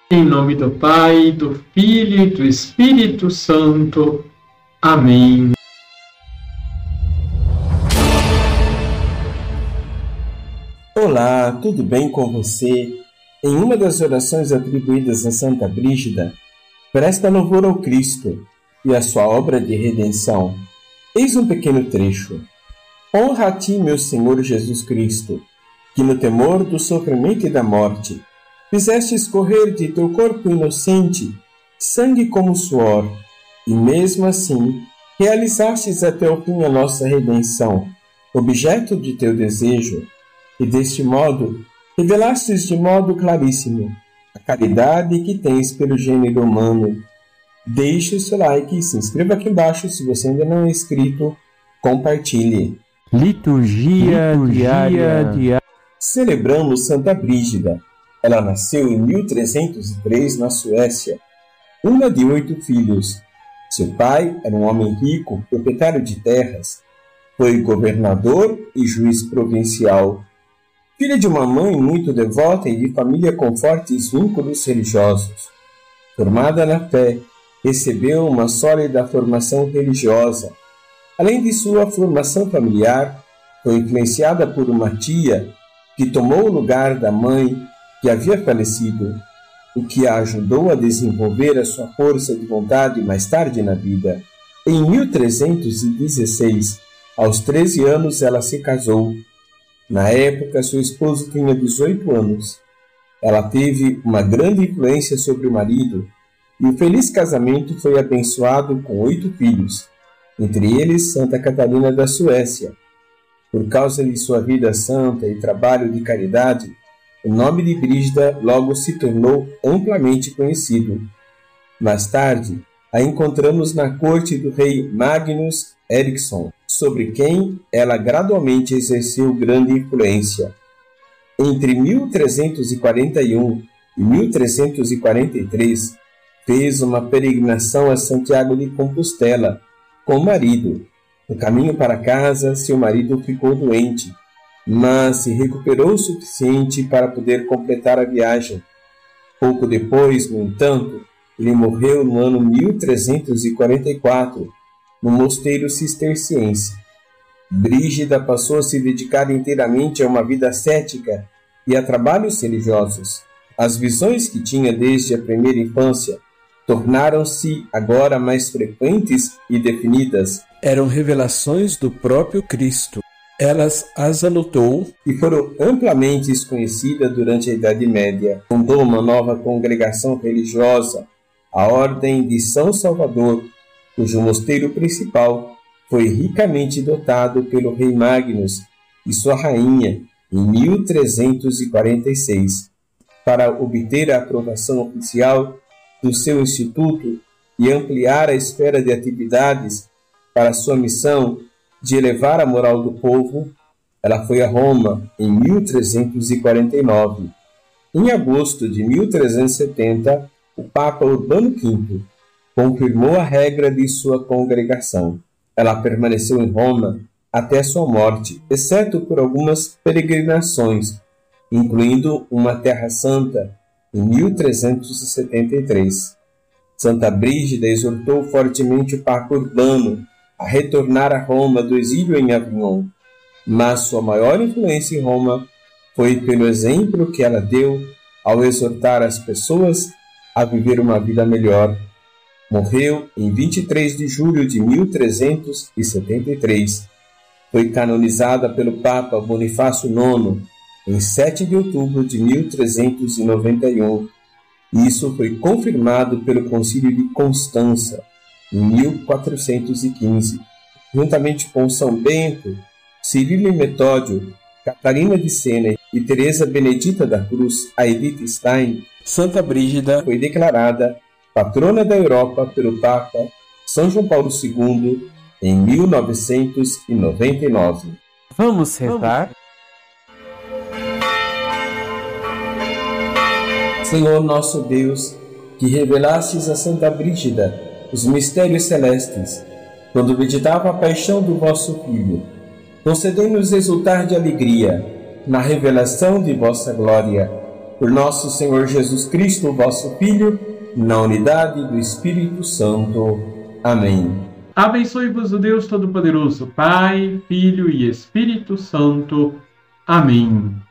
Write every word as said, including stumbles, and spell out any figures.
Em nome do Pai, do Filho e do Espírito Santo. Amém. Olá, tudo bem com você? Em uma das orações atribuídas a Santa Brígida, presta louvor ao Cristo e à sua obra de redenção. Eis um pequeno trecho. Honra a ti, meu Senhor Jesus Cristo, que no temor do sofrimento e da morte, fizeste escorrer de teu corpo inocente sangue como suor, e mesmo assim realizastes até o fim a nossa redenção, objeto de teu desejo, e deste modo revelastes de modo claríssimo a caridade que tens pelo gênero humano. Deixe o seu like e se inscreva aqui embaixo se você ainda não é inscrito, compartilhe. Liturgia, Liturgia diária. diária. Celebramos Santa Brígida. Ela nasceu em mil trezentos e três na Suécia, uma de oito filhos. Seu pai era um homem rico, proprietário de terras. Foi governador e juiz provincial. Filha de uma mãe muito devota e de família com fortes vínculos religiosos. Formada na fé, recebeu uma sólida formação religiosa. Além de sua formação familiar, foi influenciada por uma tia que tomou o lugar da mãe que havia falecido, o que a ajudou a desenvolver a sua força de vontade mais tarde na vida. Em mil trezentos e dezesseis, aos treze anos, ela se casou. Na época, seu esposo tinha dezoito anos. Ela teve uma grande influência sobre o marido, e o feliz casamento foi abençoado com oito filhos, entre eles Santa Catarina da Suécia. Por causa de sua vida santa e trabalho de caridade, o nome de Brígida logo se tornou amplamente conhecido. Mais tarde, a encontramos na corte do rei Magnus Eriksson, sobre quem ela gradualmente exerceu grande influência. Entre mil trezentos e quarenta e um e mil trezentos e quarenta e três, fez uma peregrinação a Santiago de Compostela com o marido. No caminho para casa, seu marido ficou doente, mas se recuperou o suficiente para poder completar a viagem. Pouco depois, no entanto, ele morreu no ano mil trezentos e quarenta e quatro, no mosteiro cisterciense. Brígida passou a se dedicar inteiramente a uma vida ascética e a trabalhos religiosos. As visões que tinha desde a primeira infância tornaram-se agora mais frequentes e definidas. Eram revelações do próprio Cristo. Elas as anotou e foram amplamente conhecidas durante a Idade Média. Fundou uma nova congregação religiosa, a Ordem de São Salvador, cujo mosteiro principal foi ricamente dotado pelo rei Magnus e sua rainha em mil trezentos e quarenta e seis. Para obter a aprovação oficial do seu instituto e ampliar a esfera de atividades para sua missão de elevar a moral do povo, ela foi a Roma em mil trezentos e quarenta e nove. Em agosto de mil trezentos e setenta, o Papa Urbano quinto confirmou a regra de sua congregação. Ela permaneceu em Roma até sua morte, exceto por algumas peregrinações, incluindo uma Terra Santa em mil trezentos e setenta e três. Santa Brígida exortou fortemente o Papa Urbano a retornar a Roma do exílio em Avignon, mas sua maior influência em Roma foi pelo exemplo que ela deu ao exortar as pessoas a viver uma vida melhor. Morreu em vinte e três de julho de mil trezentos e setenta e três. Foi canonizada pelo Papa Bonifácio nono em sete de outubro de mil trezentos e noventa e um. Isso foi confirmado pelo Concílio de Constança em mil quatrocentos e quinze, juntamente com São Bento, Cirilo e Metódio, Catarina de Sena e Teresa Benedita da Cruz, a Edith Stein. Santa Brígida foi declarada patrona da Europa pelo Papa São João Paulo segundo em mil novecentos e noventa e nove. Vamos rezar? Senhor nosso Deus, que revelastes a Santa Brígida os mistérios celestes, quando meditava a paixão do vosso Filho, concedei-nos exultar de alegria na revelação de vossa glória. Por nosso Senhor Jesus Cristo, vosso Filho, na unidade do Espírito Santo. Amém. Abençoe-vos o Deus Todo-Poderoso, Pai, Filho e Espírito Santo. Amém.